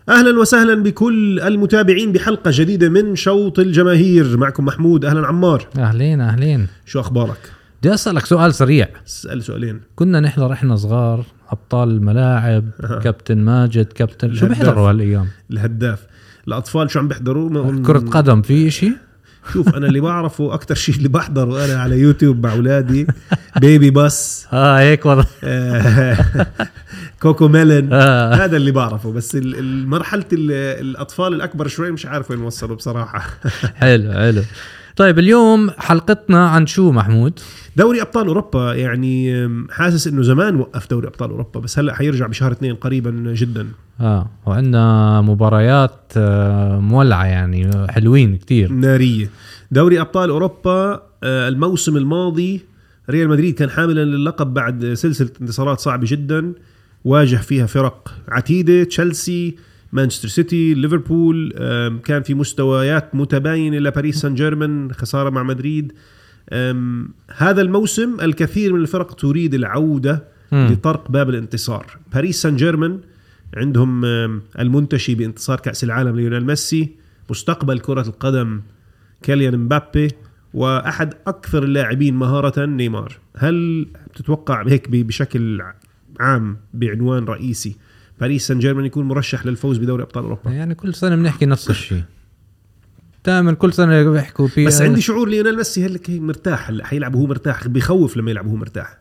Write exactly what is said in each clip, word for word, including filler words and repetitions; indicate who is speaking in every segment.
Speaker 1: أهلا وسهلا بكل المتابعين بحلقة جديدة من شوط الجماهير. معكم محمود. أهلا عمار.
Speaker 2: أهلين أهلين.
Speaker 1: شو أخبارك؟
Speaker 2: بدي أسألك سؤال سريع.
Speaker 1: اسأل سؤالين.
Speaker 2: كنا نحضر إحنا صغار أبطال الملاعب كابتن ماجد كابتن شو بيحضروا هالأيام؟
Speaker 1: الهداف. الأطفال شو عم بيحضروا؟
Speaker 2: كرة قدم في إشي؟
Speaker 1: شوف أنا اللي بعرفه أكتر شيء اللي بحضره أنا على يوتيوب مع أولادي بيبي باس
Speaker 2: آه هيك والله
Speaker 1: كوكو ميلن
Speaker 2: آه.
Speaker 1: هذا اللي بعرفه. بس المرحلة الأطفال الأكبر شوي مش عارف وين وصلوا بصراحة.
Speaker 2: حلو حلو. طيب اليوم حلقتنا عن شو محمود؟
Speaker 1: دوري أبطال أوروبا. يعني حاسس إنه زمان وقف دوري أبطال أوروبا بس هلأ حيرجع بشهر اثنين قريبا جدا.
Speaker 2: آه وعندنا مباريات مولعة يعني حلوين كتير
Speaker 1: نارية. دوري أبطال أوروبا الموسم الماضي ريال مدريد كان حاملا للقب بعد سلسلة انتصارات صعبة جدا واجه فيها فرق عتيدة، تشيلسي، مانشستر سيتي، ليفربول. كان في مستويات متباينة لباريس سان جيرمان، خسارة مع مدريد. هذا الموسم الكثير من الفرق تريد العودة م. لطرق باب الانتصار. باريس سان جيرمان عندهم المنتشي بانتصار كأس العالم ليونيل ميسي، مستقبل كرة القدم كيليان مبابي، وأحد أكثر اللاعبين مهارة نيمار. هل تتوقع هيك بشكل عام بعنوان رئيسي باريس سان جيرمان يكون مرشح للفوز بدوري أبطال أوروبا؟
Speaker 2: يعني كل سنة بنحكي نفس الشيء دائما، كل سنة بيحكوا فيه.
Speaker 1: بس عندي شعور ليونيل ميسي هلك مرتاح، هلا حيلعب وهو مرتاح، بيخوف لما يلعب وهو مرتاح.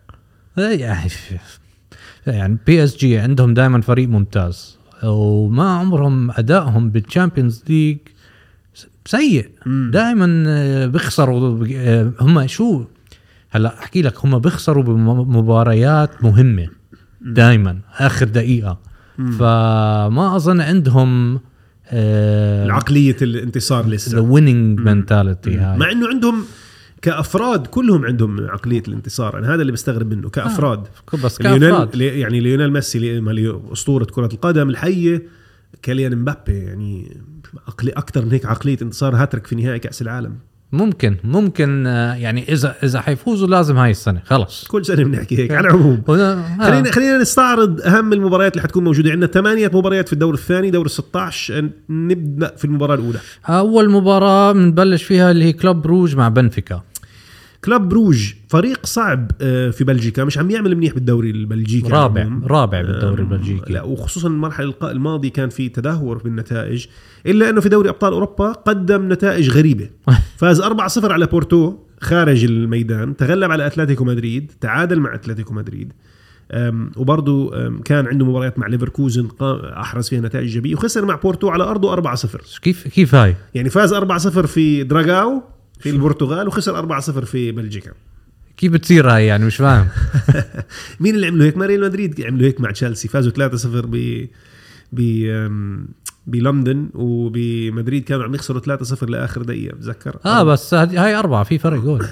Speaker 2: يعني بي اس جي عندهم دائما فريق ممتاز وما عمرهم أدائهم بالتشامبيونز ليج سيء، دائما بيخسروا. هم شو هلا احكي لك، هم بيخسروا بمباريات مهمة دائما آخر دقيقة. فما أظن عندهم آه
Speaker 1: العقلية الانتصار لسه،
Speaker 2: الويننج منتاليتي هاي.
Speaker 1: مع انه عندهم كأفراد كلهم عندهم عقلية الانتصار. أنا هذا اللي بستغرب منه كأفراد.
Speaker 2: آه. بس كأفراد
Speaker 1: يعني ليونيل ميسي أسطورة كرة القدم الحية، كيليان مبابي يعني عقلي أكتر من هيك، عقلية انتصار، هاترك في نهائي كأس العالم.
Speaker 2: ممكن ممكن يعني إذا إذا حيفوزوا لازم هاي السنة خلاص.
Speaker 1: كل سنة بنحكي هيك. على العموم خلينا خلينا نستعرض أهم المباريات اللي حتكون موجودة. عندنا ثمانية مباريات في الدور الثاني، دور الستة عشر. نبدأ في المباراة الأولى.
Speaker 2: أول مباراة بنبلش فيها اللي هي كلوب بروج مع بنفيكا.
Speaker 1: كلوب بروج فريق صعب في بلجيكا، مش عم يعمل منيح بالدوري البلجيكي،
Speaker 2: رابع رابع بالدوري البلجيكي.
Speaker 1: لا وخصوصا المرحلة الماضية كان في تدهور بالنتائج، إلا أنه في دوري أبطال أوروبا قدم نتائج غريبة. فاز أربعة صفر على بورتو خارج الميدان، تغلب على أتلتيكو مدريد، تعادل مع أتلتيكو مدريد، وبرضو كان عنده مباريات مع ليفركوزن أحرز فيها نتائج إيجابية، وخسر مع بورتو على أرضه أربعة صفر.
Speaker 2: كيف كيف هاي
Speaker 1: يعني فاز أربعة صفر في دراغاو في البرتغال وخسر أربعة صفر في بلجيكا.
Speaker 2: كيف بتصير هاي يعني مش فاهم.
Speaker 1: مين اللي عملوا هيك؟ ما ريال مدريد عملوا هيك مع تشيلسي، فازوا ثلاثة صفر ب ب بلندن، وبمدريد كانوا عم يخسروا ثلاثة صفر لآخر دقيقة بتذكر.
Speaker 2: اه بس هاي أربعة في فرق جول.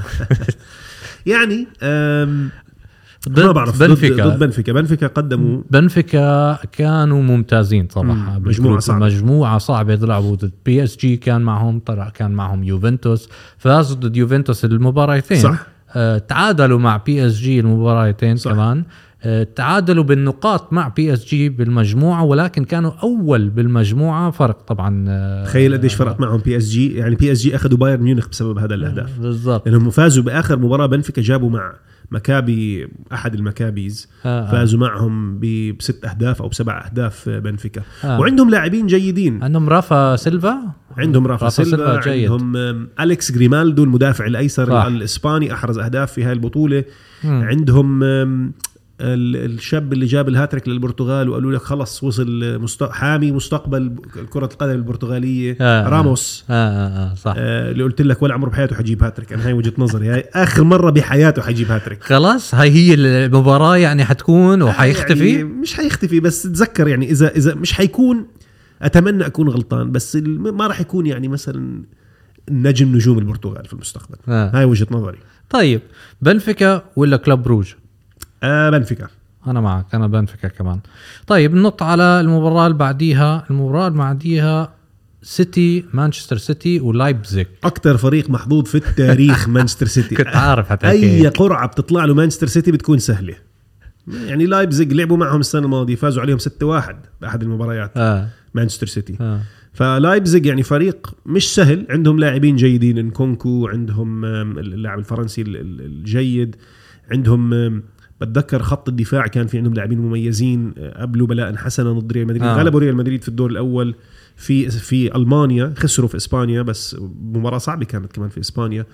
Speaker 1: يعني
Speaker 2: ما بعرف. بنفيكا
Speaker 1: ضد بنفيكا بنفيكا قدموا
Speaker 2: بنفيكا كانوا ممتازين صراحة.
Speaker 1: مجموعة صعبة.
Speaker 2: مجموعة صعبة لعبوا ضد بي اس جي، كان معهم طلع كان معهم يوفنتوس، فازوا ضد يوفنتوس المباراتين.
Speaker 1: صح.
Speaker 2: آه تعادلوا مع بي اس جي المباراتين. صح. كمان آه تعادلوا بالنقاط مع بي اس جي بالمجموعة، ولكن كانوا أول بالمجموعة فرق طبعا. آه
Speaker 1: تخيل قديش فرقت معهم بي اس جي. يعني بي اس جي أخذوا بايرن ميونخ بسبب هذا الأهداف.
Speaker 2: بالضبط.
Speaker 1: لأنهم فازوا بآخر مباراة. بنفيكا جابوا مع مكابي أحد المكابيز آه فازوا آه. معهم بست أهداف أو بسبع أهداف بنفيكا. آه. وعندهم لاعبين جيدين.
Speaker 2: عندهم رافا سيلفا
Speaker 1: عندهم رافا, رافا سيلفا, سيلفا جيد. عندهم أليكس غريمالدو المدافع الأيسر صح. الإسباني أحرز أهداف في هاي البطولة. م. عندهم الشاب اللي جاب الهاتريك للبرتغال وقالوا لك خلص وصل مست... حامي مستقبل كرة القدم البرتغالية. آه راموس.
Speaker 2: آه آه آه صح.
Speaker 1: آه اللي قلت لك ولا عمره بحياته حيجيب هاتريك. أنا هاي وجهة نظري، هاي آخر مرة بحياته حيجيب هاتريك.
Speaker 2: خلاص هاي هي المباراة يعني حتكون وحيختفي.
Speaker 1: يعني مش حيختفي، بس تذكر يعني إذا إذا مش حيكون، أتمنى أكون غلطان، بس ما راح يكون يعني مثلا نجم نجوم البرتغال في المستقبل. آه. هاي وجهة نظري.
Speaker 2: طيب بنفيكا ولا كلوب بروج؟
Speaker 1: آه بنفيكا.
Speaker 2: أنا معك، أنا بنفيكا كمان. طيب نط على المباراة اللي بعديها. المباراة اللي بعديها سيتي مانشستر سيتي ولايبزيج.
Speaker 1: أكتر فريق محظوظ في التاريخ مانشستر سيتي.
Speaker 2: كنت عارف حتى
Speaker 1: أي قرعة بتطلع له مانشستر سيتي بتكون سهلة. يعني لايبزيج لعبوا معهم السنة الماضية فازوا عليهم ستة واحد بأحد المباريات
Speaker 2: آه.
Speaker 1: مانشستر سيتي.
Speaker 2: آه.
Speaker 1: فلايبزيج يعني فريق مش سهل، عندهم لاعبين جيدين، انكونكو، عندهم اللاعب الفرنسي الجيد، عندهم بتذكر خط الدفاع كان في عندهم لاعبين مميزين، قبلوا بلاء حسنا ضد ريال مدريد. آه. غلبوا ريال مدريد في الدور الأول في في ألمانيا، خسروا في إسبانيا بس مباراة صعبة كانت كمان في إسبانيا.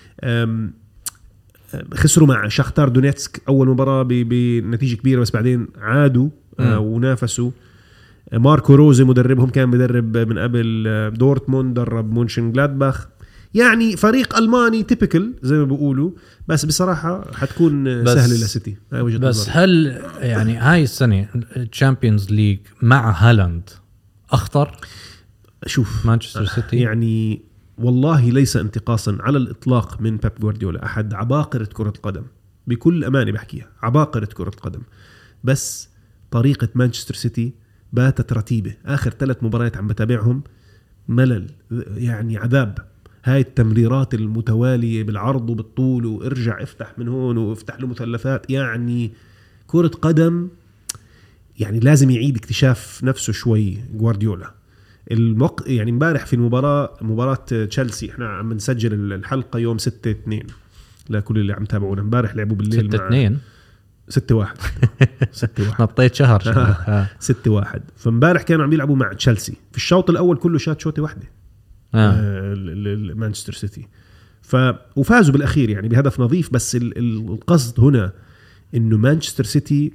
Speaker 1: خسروا مع شاختار دونيتسك أول مباراة بنتيجة كبيرة، بس بعدين عادوا آه ونافسوا. ماركو روزي مدربهم كان مدرب من قبل دورتموند، درب مونشن جلادباخ، يعني فريق ألماني تيبيكال زي ما بيقولوا، بس بصراحة حتكون سهلة لسيتي.
Speaker 2: بس هل يعني هاي السنة الشامبيونز ليج مع هالاند أخطر؟
Speaker 1: شوف
Speaker 2: مانشستر سيتي
Speaker 1: يعني والله ليس انتقاصا على الإطلاق من بيب غوارديولا، أحد عباقرة كرة القدم بكل أمانة بحكيها، عباقرة كرة القدم، بس طريقة مانشستر سيتي باتت رتيبة. آخر ثلاث مباريات عم بتابعهم ملل، يعني عذاب. هاي التمريرات المتوالية بالعرض وبالطول، وارجع افتح من هون وافتح له مثلثات، يعني كرة قدم يعني لازم يعيد اكتشاف نفسه شوي غوارديولا. المق... يعني امبارح في المباراة مباراة تشيلسي، احنا عم نسجل الحلقة يوم ستة اثنين لكل اللي عم تابعونا، امبارح لعبوا بالليل
Speaker 2: ستة اثنين
Speaker 1: ستة واحد ستة واحد
Speaker 2: نطيت شهر
Speaker 1: ستة واحد. فامبارح كانوا عم يلعبوا مع تشيلسي في الشوط الأول كله شات شوطة واحدة آه. مانشستر سيتي ف وفازوا بالأخير يعني بهدف نظيف. بس القصد هنا إنه مانشستر سيتي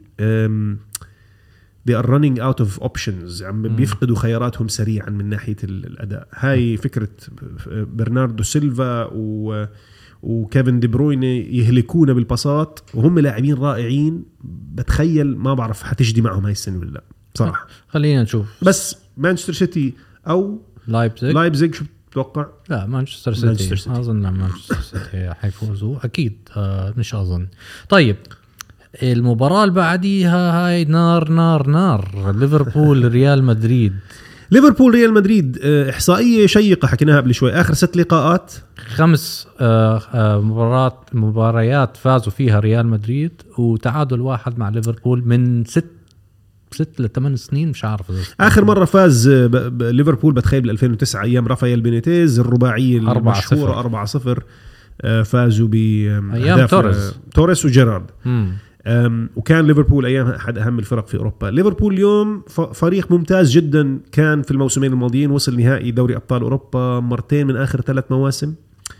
Speaker 1: they are running out of options، عم بيفقدوا خياراتهم سريعا من ناحية الأداء. هاي فكرة برناردو سيلفا و وكيفن دي برويني يهلكونا بالباسات، وهم لاعبين رائعين. بتخيل ما بعرف حتجدي معهم هاي السنة ولا لا بصراحة.
Speaker 2: خلينا نشوف.
Speaker 1: بس مانشستر سيتي أو
Speaker 2: لايبزيج
Speaker 1: لايبزيج شو بتتوقع؟
Speaker 2: لا مانشستر سيتي. مانشستر سيتي أظن مانشستر سيتي حيفوزوا أكيد. آه مش أظن. طيب المباراة اللي بعديها هاي نار نار نار ليفربول ريال مدريد.
Speaker 1: ليفربول ريال مدريد إحصائية شيقة حكيناها قبل شوي. آخر ست لقاءات
Speaker 2: خمس مباريات مباريات فازوا فيها ريال مدريد، وتعادل واحد مع ليفربول من ست ست لثمان سنين مش عارف.
Speaker 1: آخر مرة فاز ليفربول بتخيل بالألفين وتسعة أيام رافائيل بينيتيز، الرباعية المشهورة أربعة صفر. فازوا بأيام
Speaker 2: توريس
Speaker 1: توريس وجيرارد. وكان ليفربول أيام أحد أهم الفرق في أوروبا. ليفربول اليوم فريق ممتاز جدا، كان في الموسمين الماضيين وصل نهائي دوري أبطال أوروبا مرتين من آخر ثلاث مواسم.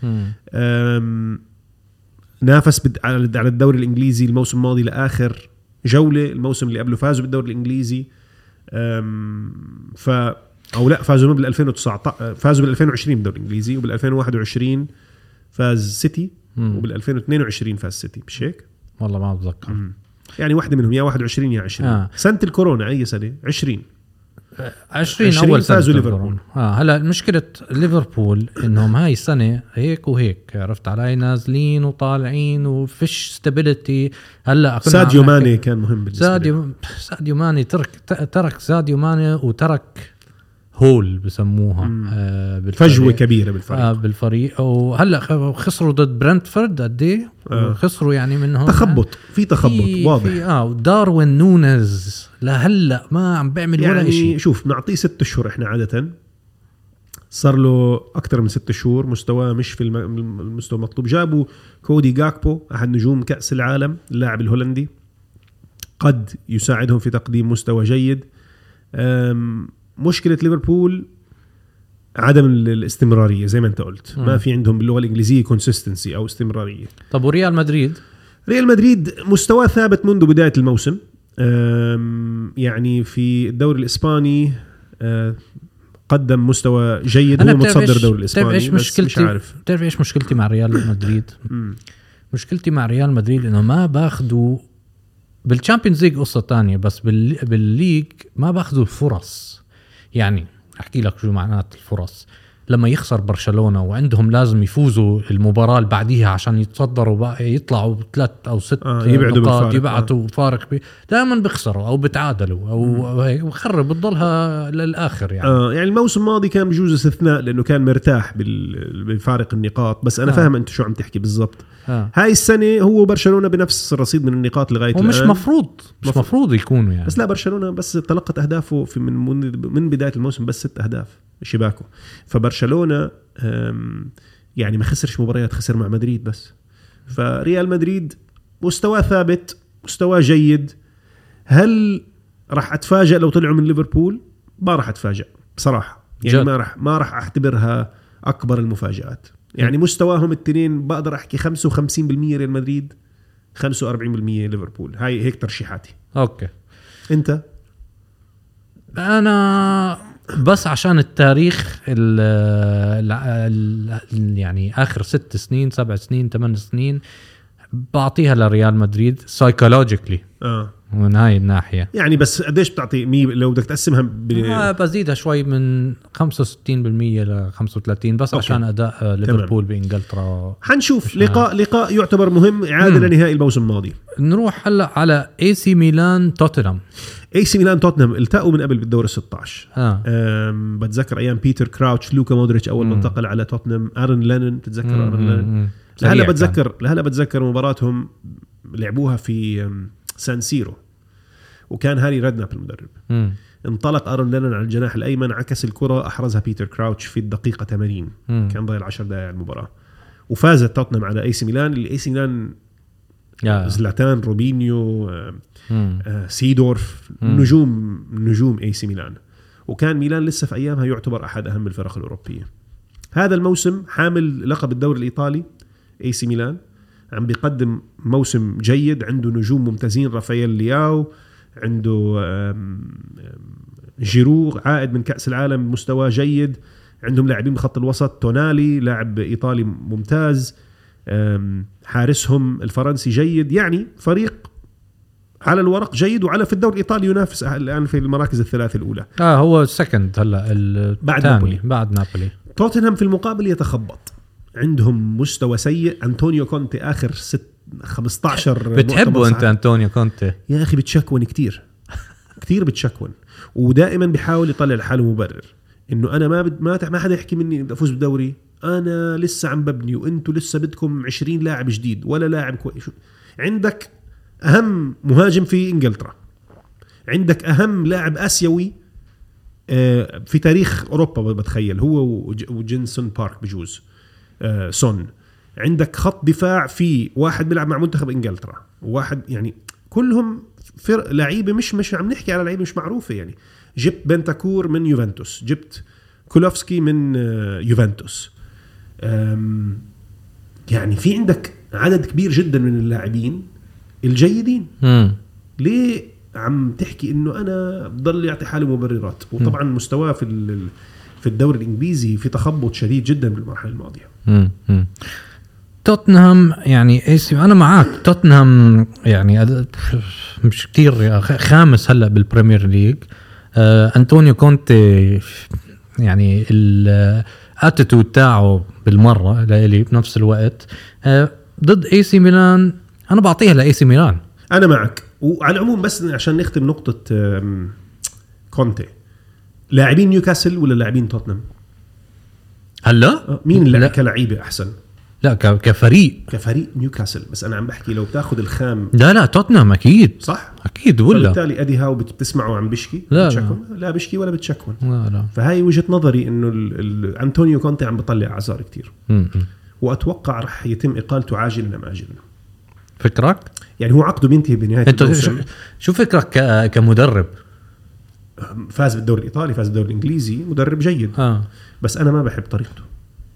Speaker 1: نافس على الدوري الإنجليزي الموسم الماضي لآخر جولة، الموسم اللي قبله فازوا بالدوري الإنجليزي. ف أو لا فازوا بال ألفين وتسعة عشر، فازوا بال ألفين وعشرين بالدوري الإنجليزي، وبال ألفين وواحد وعشرين فاز سيتي، وبال ألفين واثنين وعشرين فاز سيتي. مش هيك؟
Speaker 2: والله ما أتذكر.
Speaker 1: يعني واحدة منهم يا واحد وعشرين يا عشرين. آه. سنة الكورونا أي سنة؟ عشرين
Speaker 2: عشرين أول سنة ليفربول. آه هلا مشكلة ليفربول إنهم هاي السنة هيك وهيك، عرفت علي، نازلين وطالعين وفيش ستابيليتي. هلا
Speaker 1: ساديو ماني كان مهم بالنسبة
Speaker 2: ساديو ساديو ماني ترك ترك ساديو ماني وترك هول بسموها آه
Speaker 1: فجوة كبيرة بالفريق
Speaker 2: آه بالفريق. وهلا خسروا ضد برنتفورد قد ايه آه. خسروا يعني منهم
Speaker 1: تخبط في تخبط في واضح
Speaker 2: في اه وداروين نونيز لهلا ما عم بيعمل يعني ولا شيء.
Speaker 1: شوف نعطيه ست شهور، احنا عادة صار له أكتر من ست شهور مستواه مش في المستوى المطلوب. جابوا كودي جاكبو أحد نجوم كأس العالم، اللاعب الهولندي، قد يساعدهم في تقديم مستوى جيد. مشكلة ليفربول عدم الاستمرارية زي ما انت قلت. م. ما في عندهم باللغة الإنجليزية consistency أو استمرارية.
Speaker 2: طب وريال مدريد؟
Speaker 1: ريال مدريد مستوى ثابت منذ بداية الموسم. يعني في الدوري الإسباني قدم مستوى جيد، هو متصدر الدوري الإسباني.
Speaker 2: إيش مشكلتي؟ تعرف إيش مشكلتي مع ريال مدريد؟ مشكلتي مع ريال مدريد إنه ما باخدوا بالشامبيونز ليج قصة تانية، بس بالليج ما باخدوا الفرص. يعني أحكي لك شو معنات الفرص. لما يخسر برشلونة وعندهم لازم يفوزوا المباراة اللي بعديها عشان يتصدروا بقى يطلعوا ثلاث أو ست
Speaker 1: آه نقاط
Speaker 2: يبعتوا فارق دائما بيخسروا أو بتعادلوا أو بخرب بتضلها للآخر يعني.
Speaker 1: آه يعني الموسم الماضي كان بجوز استثناء لأنه كان مرتاح بفارق النقاط بس أنا آه. فاهم أنت شو عم تحكي بالضبط. آه. هاي السنة هو برشلونة بنفس الرصيد من النقاط لغاية الآن.
Speaker 2: ومش مفروض مش مفروض, مفروض يكونوا يعني.
Speaker 1: بس لا برشلونة بس تلقت أهدافه في من من بداية الموسم بس ست أهداف شباكه. فبرشلونة يعني ما خسرش مباريات خسر مع مدريد بس. فريال مدريد مستواه ثابت مستواه جيد. هل راح أتفاجأ لو طلعوا من ليفربول؟ ما راح أتفاجأ بصراحة يعني جد. ما راح ما راح أعتبرها أكبر المفاجآت يعني. م. مستواهم التنين بقدر أحكي خمسة وخمسين بالمية ريال مدريد خمسة وأربعين بالمية ليفربول. هاي هيك ترشيحاتي.
Speaker 2: أوكي
Speaker 1: أنت؟
Speaker 2: أنا بس عشان التاريخ ال ال يعني آخر ست سنين سبع سنين ثمان سنين بعطيها لريال مدريد سايكولوجيكلي
Speaker 1: آه.
Speaker 2: من هاي الناحية يعني.
Speaker 1: بس قديش بتعطي مي لو بدك تقسمها ب...
Speaker 2: آه بزيدها شوي من خمسة وستين بالمية ل خمسة وثلاثين بس أوكي. عشان أداء ليفربول بإنجلترا.
Speaker 1: حنشوف لقاء لقاء يعتبر مهم إعادة لنهائي الموسم الماضي.
Speaker 2: نروح هلا على اي سي ميلان توتنهام.
Speaker 1: اي سي ميلان توتنهام التقوا من قبل بالدور ستة عشر.
Speaker 2: آه.
Speaker 1: بتذكر ايام بيتر كراوتش لوكا مودريتش اول ما انتقل على توتنهام. ارن لينن بتتذكر ارن لينن. لهلا بتذكر لهلا بتذكر مباراتهم لعبوها في سان سيرو وكان هاري ريدنابل المدرب.
Speaker 2: مم.
Speaker 1: انطلق ارن لينن على الجناح الايمن عكس الكره احرزها بيتر كراوتش في الدقيقه ثمانين.
Speaker 2: مم.
Speaker 1: كان ضايل عشر دقائق المباراه وفازت توتنهام على اي سي ميلان. اللي اي سي ميلان زلاتان روبينيو آه سيدورف مم. نجوم نجوم اي سي ميلان. وكان ميلان لسه في ايامها يعتبر احد اهم الفرق الاوروبيه. هذا الموسم حامل لقب الدوري الايطالي اي سي ميلان عم بيقدم موسم جيد. عنده نجوم ممتازين رافائيل لياو عنده جيرو عائد من كأس العالم مستوى جيد. عندهم لاعبين بخط الوسط تونالي لاعب ايطالي ممتاز. حارسهم الفرنسي جيد. يعني فريق على الورق جيد وعلى في الدوري الإيطالي ينافس الآن في المراكز الثلاث الأولى.
Speaker 2: آه هو السكند هلا
Speaker 1: بعد نابولي.
Speaker 2: بعد نابولي.
Speaker 1: توتنهام في المقابل يتخبط. عندهم مستوى سيء. أنطونيو كونتي آخر ست خمسة عشر
Speaker 2: بتحبه أنت أنطونيو كونتي
Speaker 1: يا أخي؟ بتشكون كتير كتير بتشكون ودائما بيحاول يطلع لحاله مبرر إنه أنا ما بد ما ما حدا يحكي مني أفوز بالدوري. أنا لسه عم ببني وإنتوا لسه بدكم عشرين لاعب جديد ولا لاعب كويس. عندك أهم مهاجم في إنجلترا. عندك أهم لاعب آسيوي في تاريخ أوروبا بتخيل هو وجينسون بارك بجوز سون. عندك خط دفاع في واحد بيلعب مع منتخب إنجلترا وواحد يعني كلهم فرق لعيبة مش مش عم نحكي على لعيبة مش معروفة يعني. جبت بنتاكور من يوفنتوس جبت كولوفسكي من يوفنتوس. يعني في عندك عدد كبير جدا من اللاعبين الجيدين.
Speaker 2: مم.
Speaker 1: ليه عم تحكي انه انا بضل يعطي حاله مبررات؟ وطبعا مستواه في في الدوري الانجليزي في تخبط شديد جدا بالمرحله الماضيه.
Speaker 2: مم. مم. توتنهام يعني ايش انا معاك. توتنهام يعني مش كتير خامس هلا بالبريمير ليج. آه انطونيو كونتي يعني الاتيتود تاعه بالمره لإلي بنفس الوقت. آه ضد اي سي ميلان انا بعطيها لاي سي ميلان.
Speaker 1: انا معك. وعلى العموم بس عشان نختم نقطه كونتي لاعبين نيوكاسل ولا لاعبين توتنهام
Speaker 2: هلا
Speaker 1: مين اللي كلاعيبه احسن؟
Speaker 2: لا كفريق
Speaker 1: كفريق نيوكاسل. بس انا عم بحكي لو بتاخذ الخام
Speaker 2: لا لا توتنهام اكيد
Speaker 1: صح
Speaker 2: اكيد. ولا
Speaker 1: بالتالي ادي هاو بتسمعوا عم بشكي
Speaker 2: لا
Speaker 1: بتشكون لا. لا بشكي ولا بتشكون
Speaker 2: لا لا.
Speaker 1: فهاي وجهه نظري انه انطونيو كونتي عم بطلع اعذار كتير.
Speaker 2: م- م.
Speaker 1: واتوقع رح يتم اقالته عاجلا ام اجلا.
Speaker 2: فكرك
Speaker 1: يعني هو عقده بينتهي بنهايه الموسم.
Speaker 2: شو فكرك ك... كمدرب؟
Speaker 1: فاز بالدوري الايطالي فاز بالدوري الانجليزي مدرب جيد.
Speaker 2: آه.
Speaker 1: بس انا ما بحب طريقته.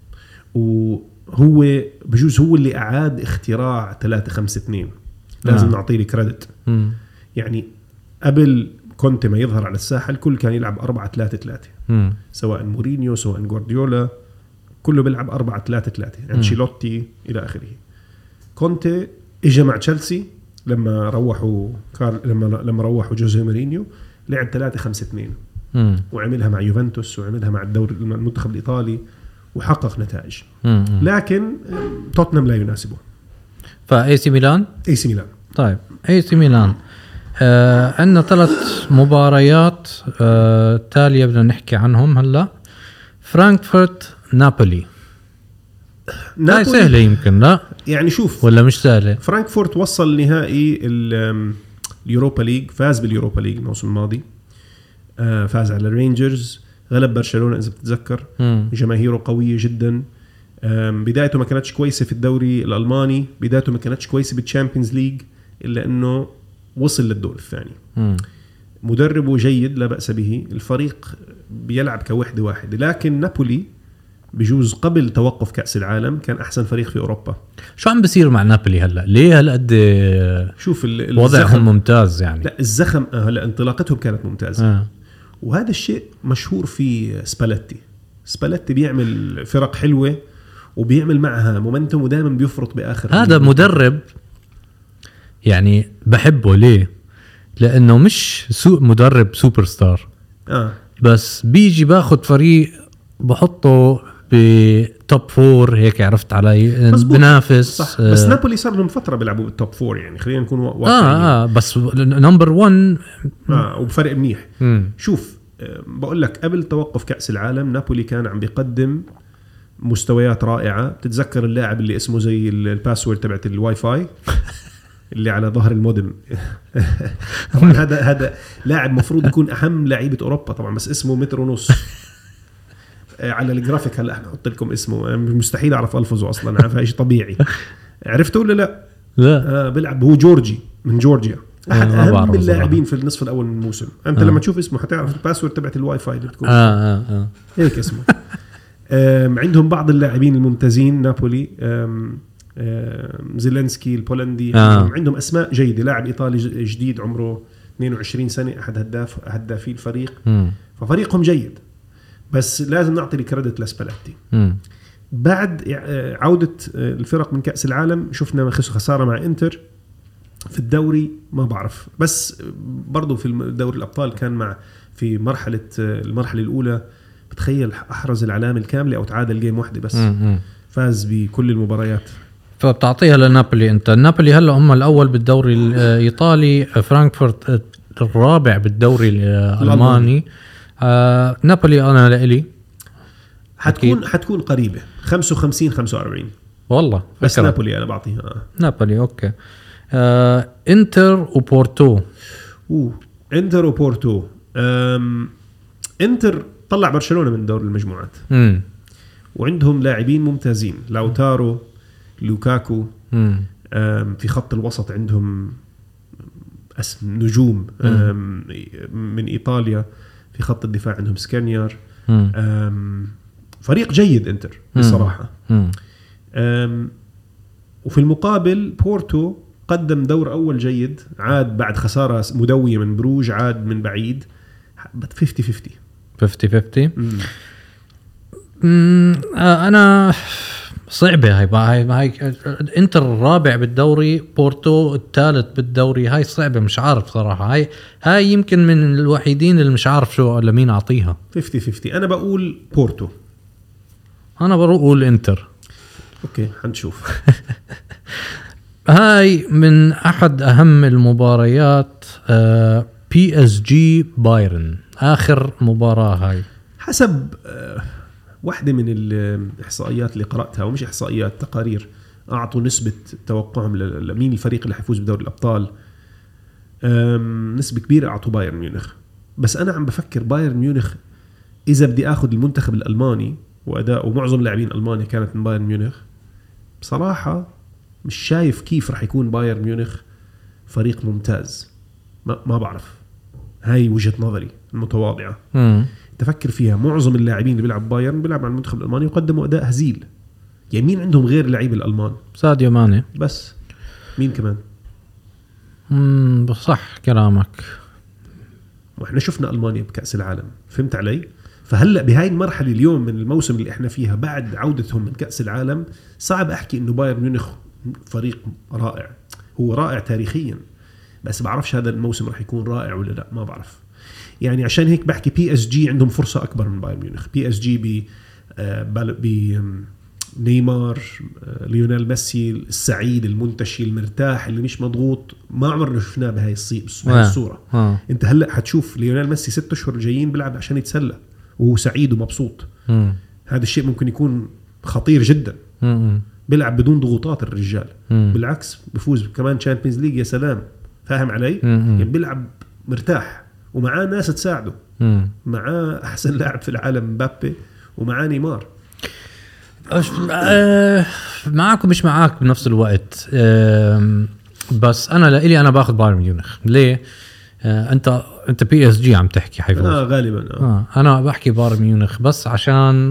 Speaker 1: وهو بجوز هو اللي اعاد اختراع ثلاثة خمسة اثنين. لازم آه. نعطيه كريدت. يعني قبل كنت ما يظهر على الساحه الكل كان يلعب أربعة ثلاثة ثلاثة. سواء مورينيو سواء جوارديولا كله بيلعب أربعة ثلاثة ثلاثة. أنشيلوتي الى اخره. كونتي اجى مع تشيلسي لما روحوا كار... لما لما روحوا جوزيه مورينيو لعب ثلاثة خمسة اثنين.
Speaker 2: مم.
Speaker 1: وعملها مع يوفنتوس وعملها مع الدوري المنتخب الإيطالي وحقق نتائج.
Speaker 2: مم.
Speaker 1: لكن توتنهام لا يناسبه.
Speaker 2: فاي سي ميلان.
Speaker 1: اي سي ميلان.
Speaker 2: طيب اي سي ميلان آه عندنا ثلاث مباريات آه تالية بدنا نحكي عنهم هلا. فرانكفورت نابولي. هاي سهلة يمكن لا
Speaker 1: يعني شوف
Speaker 2: ولا مش سهلة.
Speaker 1: فرانكفورت وصل نهائي اليوروبا ليج، فاز باليوروبا ليج الموسم الماضي، فاز على الرينجرز، غلب برشلونة إذا بتتذكر.
Speaker 2: مم.
Speaker 1: جماهيره قوية جدا. بدايته ما كانتش كويسة في الدوري الألماني، بدايته ما كانتش كويسة بالتشامبيونز ليج، إلا أنه وصل للدور الثاني.
Speaker 2: مم.
Speaker 1: مدربه جيد لا بأس به، الفريق بيلعب كوحدة واحدة. لكن نابولي بجوز قبل توقف كأس العالم كان أحسن فريق في أوروبا.
Speaker 2: شو عم بصير مع نابولي هلا؟ ليه هالقد
Speaker 1: شوف
Speaker 2: وضعهم ممتاز يعني؟
Speaker 1: لا الزخم هلا انطلاقتهم كانت ممتازة.
Speaker 2: آه.
Speaker 1: وهذا الشيء مشهور في سباليتي. سباليتي بيعمل فرق حلوة وبيعمل معها مومنتوم ودائما بيفرط بآخر.
Speaker 2: هذا مدرب يعني بحبه. ليه؟ لأنه مش سوء مدرب سوبر ستار.
Speaker 1: آه.
Speaker 2: بس بيجي باخد فريق بحطه بتوب فور هيك، عرفت علي؟ بنافس.
Speaker 1: صح. بس آه. نابولي صار لهم فترة بيلعبوا بالتوب فور يعني، خلينا نكون واقعيين.
Speaker 2: آه, آه بس نمبر ون.
Speaker 1: آه وبفرق منيح.
Speaker 2: مم.
Speaker 1: شوف آه بقول لك قبل توقف كأس العالم نابولي كان عم بيقدم مستويات رائعة. تتذكر اللاعب اللي اسمه زي الباسورد تبعت الواي فاي اللي على ظهر المودم. طبعا هذا هذا لاعب مفروض يكون أهم لعيبة أوروبا طبعا، بس اسمه متر ونص. على الجرافيك هلا نحط لكم اسمه، مستحيل اعرف الفظه اصلا، عارف شيء طبيعي. عرفته ولا لا؟
Speaker 2: لا
Speaker 1: آه بيلعب هو جورجي من جورجيا، احد
Speaker 2: آه
Speaker 1: اهم اللاعبين في النصف الاول من الموسم. انت آه. لما تشوف اسمه حتعرف الباسورد تبعت الواي فاي اللي بتكون
Speaker 2: آه آه آه.
Speaker 1: هيك اسمه. عندهم بعض اللاعبين الممتازين نابولي. آم آم زيلينسكي البولندي.
Speaker 2: آه.
Speaker 1: عندهم اسماء جيده. لاعب ايطالي جديد عمره اثنين وعشرين سنه، احد هداف هدافي الفريق. م. ففريقهم جيد، بس لازم نعطي الكريدت لسباليتي. بعد عودة الفرق من كأس العالم شفنا خسارة مع انتر في الدوري، ما بعرف، بس برضو في دوري الأبطال كان مع في مرحلة المرحلة الأولى بتخيل أحرز العلامة الكاملة أو تعادل جيم واحدة بس. م-م. فاز بكل المباريات.
Speaker 2: فبتعطيها لنابولي انت. نابولي هلا هم الأول بالدوري الإيطالي، فرانكفورت الرابع بالدوري الألماني. آه، نابولي أنا لإلي
Speaker 1: حتكون حتكون قريبة خمسة وخمسين خمسة وأربعين
Speaker 2: والله.
Speaker 1: بس فكرة. نابولي أنا بعطيها آه.
Speaker 2: نابولي أوكي. آه، إنتر وبورتو.
Speaker 1: أوه. إنتر وبورتو. إنتر طلع برشلونة من دور المجموعات. م. وعندهم لاعبين ممتازين، لاوتارو، لوكاكو. في خط الوسط عندهم اسم نجوم من إيطاليا. في خط الدفاع عندهم سكانيار. فريق جيد انتر بصراحة. وفي المقابل بورتو قدم دور أول جيد، عاد بعد خسارة مدوية من بروج، عاد من بعيد. خمسين خمسين
Speaker 2: خمسين خمسين. أنا صعبة هاي هاي هاي انتر الرابع بالدوري، بورتو الثالث بالدوري. هاي صعبة، مش عارف صراحة. هاي هاي يمكن من الوحيدين اللي مش عارف شو ولا مين أعطيها.
Speaker 1: خمسين خمسين. أنا بقول بورتو.
Speaker 2: أنا بقول انتر.
Speaker 1: أوكي حنشوف.
Speaker 2: هاي من أحد أهم المباريات. بي اس جي بايرن آخر مباراة. هاي
Speaker 1: حسب آه واحدة من الإحصائيات اللي قرأتها، ومش إحصائيات، تقارير، أعطوا نسبة توقعهم لمين الفريق اللي حيفوز بدوري الأبطال. نسبة كبيرة أعطوا بايرن ميونخ. بس أنا عم بفكر بايرن ميونخ إذا بدي أخذ المنتخب الألماني وأداء، ومعظم لاعبين ألمانيا كانت من بايرن ميونخ، بصراحة مش شايف كيف رح يكون بايرن ميونخ فريق ممتاز. ما, ما بعرف، هاي وجهة نظري المتواضعة. م. تفكر فيها، معظم اللاعبين اللي بيلعب بايرن بيلعب مع المنتخب الألماني وقدموا أداء هزيل. يعني مين عندهم غير لاعب الألمان؟
Speaker 2: ساديو ماني
Speaker 1: بس. مين كمان؟
Speaker 2: امم بصح كلامك.
Speaker 1: واحنا شفنا ألمانيا بكأس العالم، فهمت علي؟ فهلأ بهاي المرحلة اليوم من الموسم اللي احنا فيها بعد عودتهم من كأس العالم، صعب أحكي إنه بايرن ميونخ فريق رائع. هو رائع تاريخيا، بس بعرفش هذا الموسم رح يكون رائع ولا لا، ما بعرف. يعني عشان هيك بحكي بي اس جي عندهم فرصة أكبر من بايرن ميونخ. بي اس جي ب ب نيمار، ليونيل ميسي السعيد المنتشي المرتاح اللي مش مضغوط، ما عمرنا شفناه بهاي الصورة. آه. انت هلأ حتشوف ليونيل ميسي ست اشهر جايين بيلعب عشان يتسلى وهو سعيد ومبسوط. م. هذا الشيء ممكن يكون خطير جدا. م. بيلعب بدون ضغوطات الرجال. م. بالعكس بفوز كمان تشامبيونز ليج، يا سلام، فاهم علي؟ م. يعني بيلعب مرتاح ومعاه ناس تساعده. م. معاه أحسن لاعب في العالم مبابي ومعاه نيمار.
Speaker 2: أه معاك ومش معاك بنفس الوقت. أه بس انا لإلي انا باخذ بايرن ميونخ. ليه؟ أه انت انت بي اس جي عم تحكي حيفوز.
Speaker 1: اه غالبا آه.
Speaker 2: آه انا بحكي بايرن ميونخ بس عشان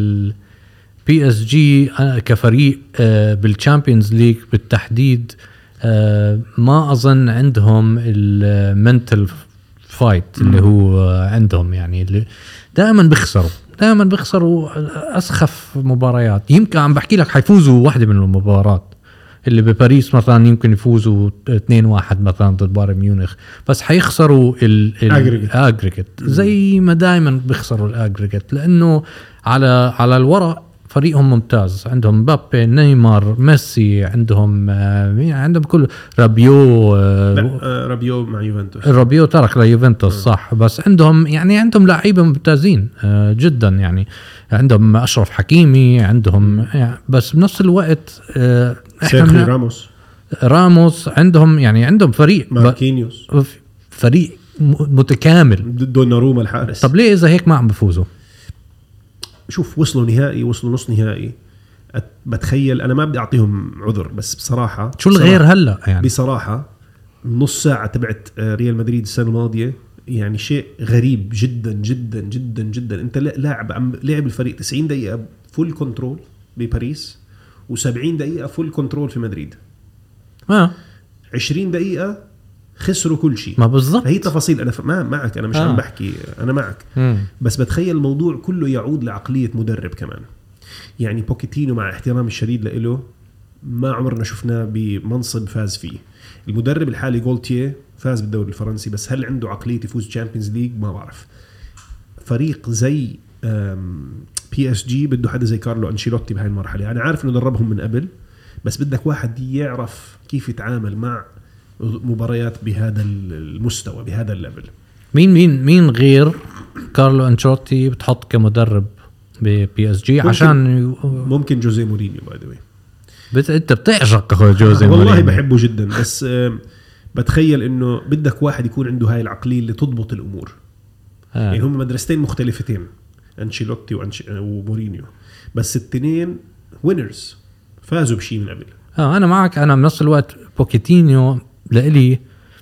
Speaker 2: البي اس جي كفريق أه بالتشامبيونز ليج بالتحديد أه ما اظن عندهم المنتل فايت اللي هو عندهم، يعني اللي دائما بيخسروا دائما بيخسروا أسخف مباريات. يمكن عم بحكي لك حيفوزوا واحدة من المباريات اللي بباريس مثلا، يمكن يفوزوا اثنين واحد مثلا ضد بايرن ميونخ، بس حيخسروا الأجريجيت زي ما دائما بيخسروا الأجريجيت، لأنه على على الورق فريقهم ممتاز. عندهم مبابي، نيمار، ميسي، عندهم عندهم كل رابيو
Speaker 1: رابيو مع يوفنتوس.
Speaker 2: رابيو ترك ليوفنتوس صح، بس عندهم يعني عندهم لاعبين ممتازين جدا. يعني عندهم أشرف حكيمي، عندهم يعني بس بنفس الوقت
Speaker 1: سيرخيو راموس
Speaker 2: راموس عندهم يعني عندهم فريق
Speaker 1: ماركينيوس،
Speaker 2: فريق متكامل.
Speaker 1: دوناروما الحارس.
Speaker 2: طب ليه إذا هيك ما عم بفوزوا؟
Speaker 1: شوف وصلوا نهائي، وصلوا نص نهائي. بتخيل أنا ما بدي أعطيهم عذر، بس بصراحة
Speaker 2: شو الغير هلأ يعني
Speaker 1: بصراحة نص ساعة تبعت ريال مدريد السنة الماضية يعني شيء غريب جدا جدا جدا جدا. أنت لاعب عم لعب الفريق تسعين دقيقة فول كنترول بباريس، وسبعين دقيقة فول كنترول في مدريد.
Speaker 2: آه.
Speaker 1: عشرين دقيقة خسروا كل شيء.
Speaker 2: ما بالضبط
Speaker 1: هي تفاصيل. أنا ما معك، أنا مش آه. عم بحكي، أنا معك. م. بس بتخيل الموضوع كله يعود لعقلية مدرب كمان. يعني بوكيتينو مع احترام الشديد له ما عمرنا شفناه بمنصب فاز فيه. المدرب الحالي غولتيه فاز بالدوري الفرنسي، بس هل عنده عقلية يفوز تشامبيونز ليج؟ ما بعرف. فريق زي بي اس جي بده حدا زي كارلو أنشيلوتي بهاي المرحلة. أنا عارف إنه دربهم من قبل، بس بدك واحد يعرف كيف يتعامل مع مباريات بهذا المستوى بهذا الليفل.
Speaker 2: مين مين مين غير كارلو أنشيلوتي بتحط كمدرب ببي اس جي؟ عشان
Speaker 1: ممكن جوزيه مورينيو. باي ذا واي
Speaker 2: بت... انت بتعشق جوزيه
Speaker 1: والله
Speaker 2: مورينيو.
Speaker 1: بحبه جدا، بس بتخيل انه بدك واحد يكون عنده هاي العقلية اللي تضبط الامور. آه. يعني هم مدرستين مختلفتين، أنشيلوتي وأنش... ومورينيو، بس التنين وينرز فازوا بشيء من قبل.
Speaker 2: اه انا معك. انا بنفس الوقت بوكيتينيو لإلي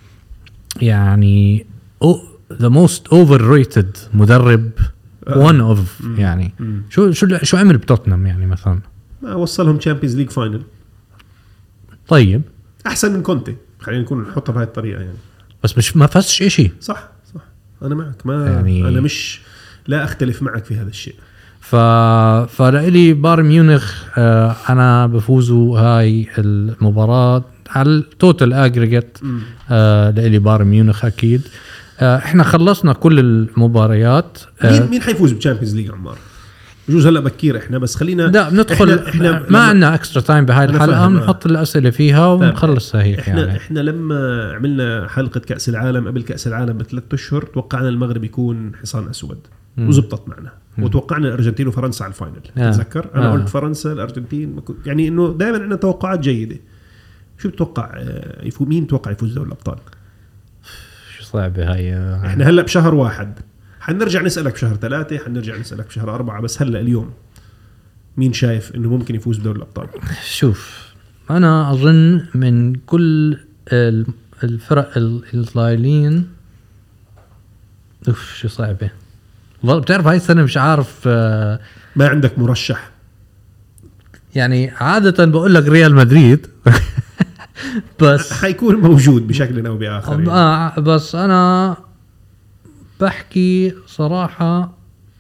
Speaker 2: يعني oh, the most overrated مدرب. آه. one of م. يعني م. شو شو شو عمل بتوتنهام يعني مثلا؟
Speaker 1: ما وصلهم تشامبيونز ليج فاينل.
Speaker 2: طيب
Speaker 1: احسن من كونتي، خلينا نكون نحطها بهاي الطريقه يعني.
Speaker 2: بس مش ما فازش إشي.
Speaker 1: صح صح انا معك. ما يعني انا مش لا اختلف معك في هذا الشيء.
Speaker 2: ف فلإلي بايرن ميونخ آه انا بفوزوا هاي المباراه على التوتال اجريجيت. آه لإلي بايرن ميونخ اكيد. آه احنا خلصنا كل المباريات.
Speaker 1: آه مين مين حيفوز بالتشامبيونز ليج عمار؟ بجوز هلا بكير احنا، بس خلينا
Speaker 2: لا ندخل. احنا, احنا ما عندنا اكسترا تايم بهاي الحلقه، بنحط الاسئله فيها ونخلصها هيك.
Speaker 1: احنا
Speaker 2: يعني
Speaker 1: احنا لما عملنا حلقه كاس العالم قبل كاس العالم بثلاث اشهر توقعنا المغرب يكون حصان اسود وزبطت معنا. مم. وتوقعنا الارجنتين وفرنسا على الفاينل. آه. تتذكر انا آه. قلت فرنسا الارجنتين، يعني انه دائما عندنا توقعات جيده. شو بتوقع يفوز؟ مين توقع يفوز دوري الابطال؟
Speaker 2: شو صعبه هاي.
Speaker 1: احنا هلا بشهر واحد، حنرجع نسألك بشهر ثلاثة، حنرجع نسألك بشهر أربعة، بس هلأ اليوم مين شايف إنه ممكن يفوز بدوري الأبطال؟
Speaker 2: شوف أنا أظن من كل الفرق الإيطاليين أوف شو صعبة والله. بتعرف هاي السنة مش عارف.
Speaker 1: ما عندك مرشح
Speaker 2: يعني؟ عادة بقول لك ريال مدريد بس
Speaker 1: حيكون موجود بشكل أو بآخر يعني.
Speaker 2: آه بس أنا بحكي صراحة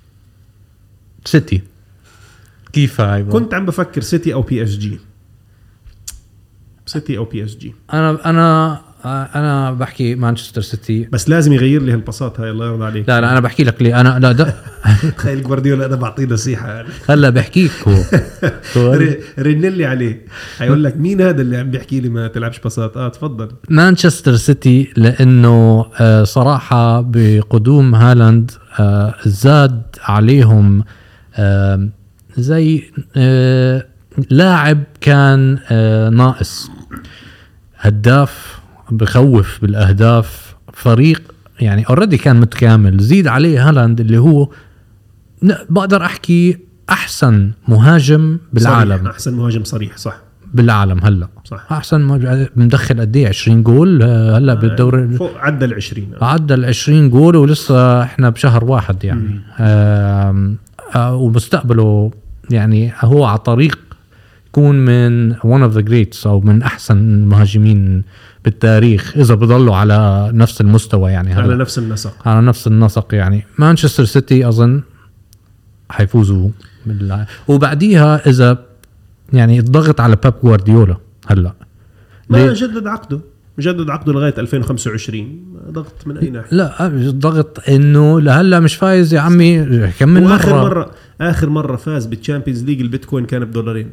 Speaker 2: سيتي. كيف هاي؟
Speaker 1: كنت عم بفكر سيتي أو بي اس جي. سيتي أو بي اس جي.
Speaker 2: أنا أنا انا بحكي مانشستر سيتي،
Speaker 1: بس لازم يغير لي هالبساط هاي الله يرضى عليك.
Speaker 2: لا لا انا بحكي لك ليه انا لا ده
Speaker 1: تخيل جوارديولا انا بعطيه نصيحه يعني.
Speaker 2: هلا بحكيك هو
Speaker 1: رنلي عليه هيقول لك مين هذا اللي عم بيحكي لي ما تلعبش بساط. اه تفضل.
Speaker 2: مانشستر سيتي لانه صراحه بقدوم هالاند زاد عليهم زي لاعب كان ناقص، هداف بخوف بالاهداف، فريق يعني اوريدي كان متكامل، زيد عليه هالاند اللي هو بقدر احكي احسن مهاجم بالعالم.
Speaker 1: صريح. احسن مهاجم صريح صح
Speaker 2: بالعالم هلا
Speaker 1: صح.
Speaker 2: احسن مدخل قد ايه عشرين جول هلا بالدوري،
Speaker 1: فوق عدى ال عشرين
Speaker 2: عدى ال عشرين جول ولسه احنا بشهر واحد يعني. آه آه ومستقبله يعني هو على طريق يكون من one of the greats أو من أحسن المهاجمين بالتاريخ إذا بضلوا على نفس المستوى يعني
Speaker 1: على نفس النسق
Speaker 2: على نفس النسق يعني. مانشستر سيتي أظن حيفوزوا بالله. وبعديها إذا يعني الضغط على بيب جوارديولا هلا
Speaker 1: ما جدد عقده مجدد عقده لغاية ألفين وخمسة وعشرين. ضغط من أي ناحية؟
Speaker 2: لا ضغط إنه لهلا مش فايز يا عمي كمل مرة.
Speaker 1: آخر مرة آخر مرة فاز بالتشامبيونز ليج البيتكوين كان بدولارين.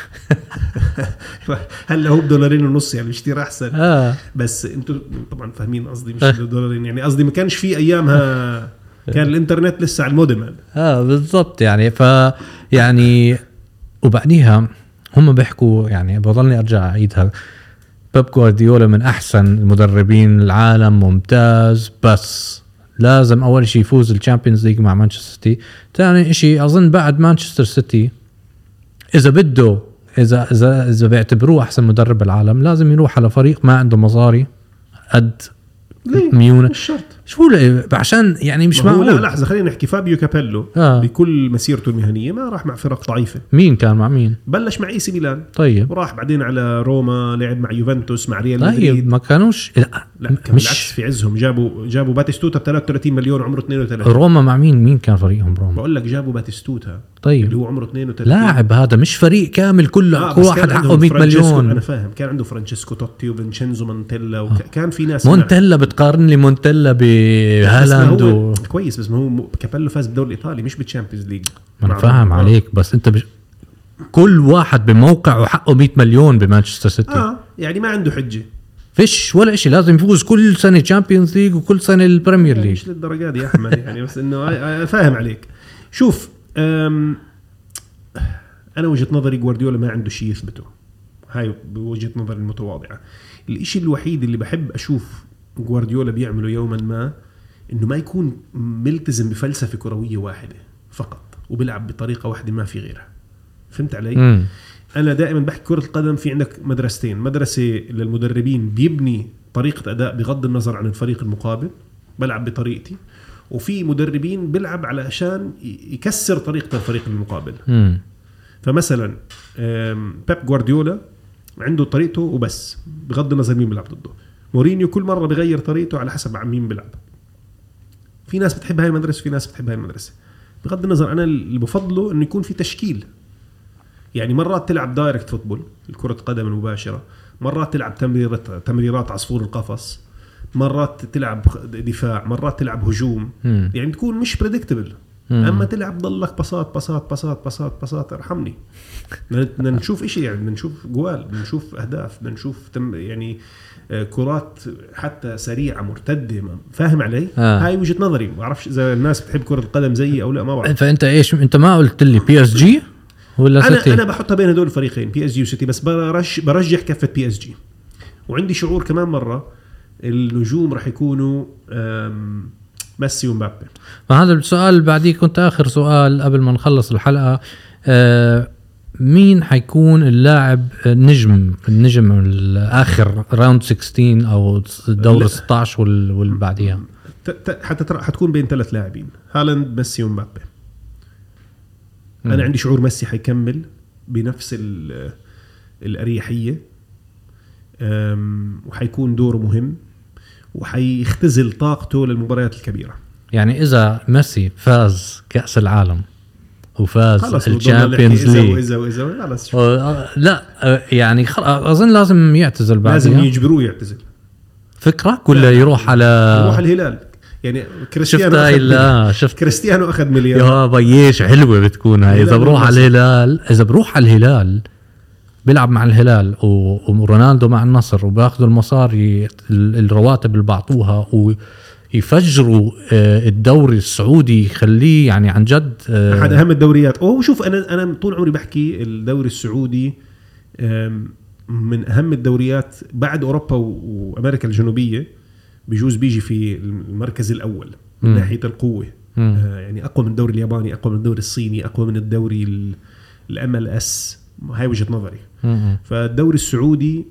Speaker 1: هلا هو بدولارين ونص يعني اشتري أحسن.
Speaker 2: آه.
Speaker 1: بس أنتوا طبعا فاهمين قصدي مش دولارين يعني قصدي ما كانش في أيامها كان الإنترنت لسه على المودم.
Speaker 2: آه بالضبط يعني ف يعني وبعديها هم بيحكوا يعني بضلني أرجع أعيدها بيب جوارديولا من أحسن المدربين العالم ممتاز، بس لازم أول شيء يفوز الشامبيونز ليج مع مانشستر سيتي. ثاني شيء أظن بعد مانشستر سيتي إذا بده إذا إذا إذا بيعتبروه أحسن مدرب العالم لازم يروح على فريق ما عنده مصاري قد ميونة.
Speaker 1: مش شرط
Speaker 2: شو عشان يعني مش معقول.
Speaker 1: لا لحظة خلينا نحكي فابيو كابيلو
Speaker 2: آه.
Speaker 1: بكل مسيرته المهنية ما راح مع فرق ضعيفة.
Speaker 2: مين كان مع مين؟
Speaker 1: بلش مع اي سي ميلان
Speaker 2: طيب
Speaker 1: وراح بعدين على روما، لعب مع يوفنتوس مع ريال
Speaker 2: طيب
Speaker 1: مدريد.
Speaker 2: ما كانوش لا,
Speaker 1: لا كان مش بالعكس في عزهم جابوا جابوا باتيستوتا ب ثلاثة وثلاثين مليون عمره اثنين وثلاثين.
Speaker 2: روما مع مين مين كان فريقهم روما؟
Speaker 1: بقول لك جابوا باتيستوتا
Speaker 2: طيب
Speaker 1: اللي هو عمره اثنين وثلاثين.
Speaker 2: لاعب هذا مش فريق كامل كله آه واحد حقه مية مليون.
Speaker 1: انا فاهم كان عنده فرانشيسكو توتي وفينشينزو مونتيلا وكان في ناس.
Speaker 2: مونتيلا بتقارن لي مونتيلا بهالاند و...
Speaker 1: كويس بس ما هو كابيلو فاز بالدوري الايطالي مش بالتشامبيونز ليج.
Speaker 2: انا فاهم عليك بس انت بش... كل واحد بموقعه حقه مية مليون بمانشستر سيتي.
Speaker 1: اه يعني ما عنده حجه
Speaker 2: فيش ولا إشي، لازم يفوز كل سنه تشامبيونز ليج وكل سنه البريمير ليج.
Speaker 1: مش للدرجه دي يا احمد يعني بس انه فاهم عليك. شوف انا وجهه نظري جوارديولا ما عنده شيء يثبته، هاي بوجهه نظري المتواضعه. الإشي الوحيد اللي بحب اشوف جوارديولا بيعمله يوما ما انه ما يكون ملتزم بفلسفه كرويه واحده فقط وبيلعب بطريقه واحده ما في غيرها. فهمت علي؟
Speaker 2: مم.
Speaker 1: انا دائما بحكي كره القدم في عندك مدرستين، مدرسه للمدربين بيبني طريقه اداء بغض النظر عن الفريق المقابل بلعب بطريقتي، وفي مدربين بيلعب علشان يكسر طريقه الفريق المقابل.
Speaker 2: مم.
Speaker 1: فمثلا بيب جوارديولا عنده طريقته وبس بغض النظر مين بيلعب ضده. مورينيو كل مره بيغير طريقته على حسب عن مين بيلعب. في ناس بتحب هاي المدرسه في ناس بتحب هاي المدرسه. بغض النظر انا اللي بفضله انه يكون في تشكيل. يعني مرات تلعب دايركت فوتبول الكرة قدم المباشرة، مرات تلعب تمريرات تمريرات عصفور القفص، مرات تلعب دفاع، مرات تلعب هجوم.
Speaker 2: مم.
Speaker 1: يعني تكون مش بريدكتبل. اما تلعب ضلك بساط بساط بساط بساط بساط ارحمني. بدنا نشوف إشي يعني بدنا نشوف جوال بدنا نشوف اهداف بدنا نشوف تم يعني كرات حتى سريعه مرتده. فاهم علي؟
Speaker 2: آه.
Speaker 1: هاي وجهه نظري، ما اعرفش اذا الناس بتحب كره القدم زيي او لا ما بعرف.
Speaker 2: فانت ايش انت ما قلت لي بي اس جي ولا
Speaker 1: انا
Speaker 2: سيتي؟
Speaker 1: انا بحطها بين هدول الفريقين بي اس جي وسيتي، بس برج برجح كفه بي اس جي. وعندي شعور كمان مره النجوم راح يكونوا ميسي ومبابي.
Speaker 2: فهذا السؤال بعديه كنت اخر سؤال قبل ما نخلص الحلقه. آه مين حيكون اللاعب النجم النجم الاخر راوند ستة عشر او الدور ستة عشر واللي بعديها؟
Speaker 1: حتى حتكون بين ثلاث لاعبين هالاند ميسي ومبابي. انا عندي شعور ميسي حيكمل بنفس الاريحيه وحيكون دوره مهم وحيختزل طاقته للمباريات الكبيرة. يعني
Speaker 2: إذا ميسي فاز كأس العالم وفاز الشامبيونز ليج
Speaker 1: إذا وإذا وإذا
Speaker 2: لا يعني أظن لازم يعتزل بعد.
Speaker 1: لازم يجبروه يعتزل.
Speaker 2: فكرة كله يروح على
Speaker 1: يروح الهلال يعني. كريستيانو
Speaker 2: شفتها
Speaker 1: أخذ
Speaker 2: إلا شفت
Speaker 1: كريستيانو أخذ مليار.
Speaker 2: يا بيش حلوة بتكون هاي. إذا بروح على الهلال إذا بروح على الهلال بيلعب مع الهلال ورونالدو مع النصر وباخذوا المصاري الرواتب اللي بعطوها ويفجروا الدوري السعودي يخليه يعني عن جد
Speaker 1: أحد أهم الدوريات. أوه شوف أنا أنا طول عمري بحكي الدوري السعودي من أهم الدوريات بعد أوروبا وأمريكا الجنوبية. بيجوز بيجي في المركز الأول من ناحية القوة. يعني أقوى من الدوري الياباني، أقوى من الدوري الصيني، أقوى من الدوري الام ال اس. هاي وجهة نظري. فالدوري السعودي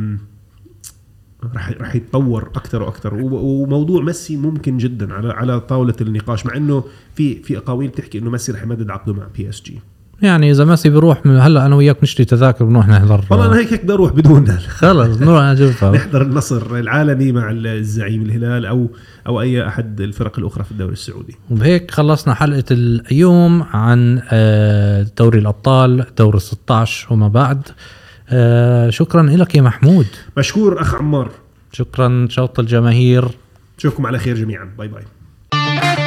Speaker 1: راح راح يتطور اكثر واكثر. وموضوع ميسي ممكن جدا على على طاولة النقاش، مع انه في في اقاويل بتحكي انه ميسي راح يمدد عقده مع بي اس جي.
Speaker 2: يعني اذا ميسي بيروح هلا انا وياك نشتري تذاكر بنروح نحضر.
Speaker 1: والله انا هيك هيك بدي اروح بدون
Speaker 2: خلص نروح نشوفها
Speaker 1: نحضر النصر العالمي مع الزعيم الهلال او او اي احد الفرق الاخرى في الدوري السعودي.
Speaker 2: وبهيك خلصنا حلقة اليوم عن دوري الابطال دوري ستة عشر وما بعد. شكرا لك يا محمود.
Speaker 1: مشكور اخ عمار.
Speaker 2: شكرا شوط الجماهير.
Speaker 1: نشوفكم على خير جميعا. باي باي.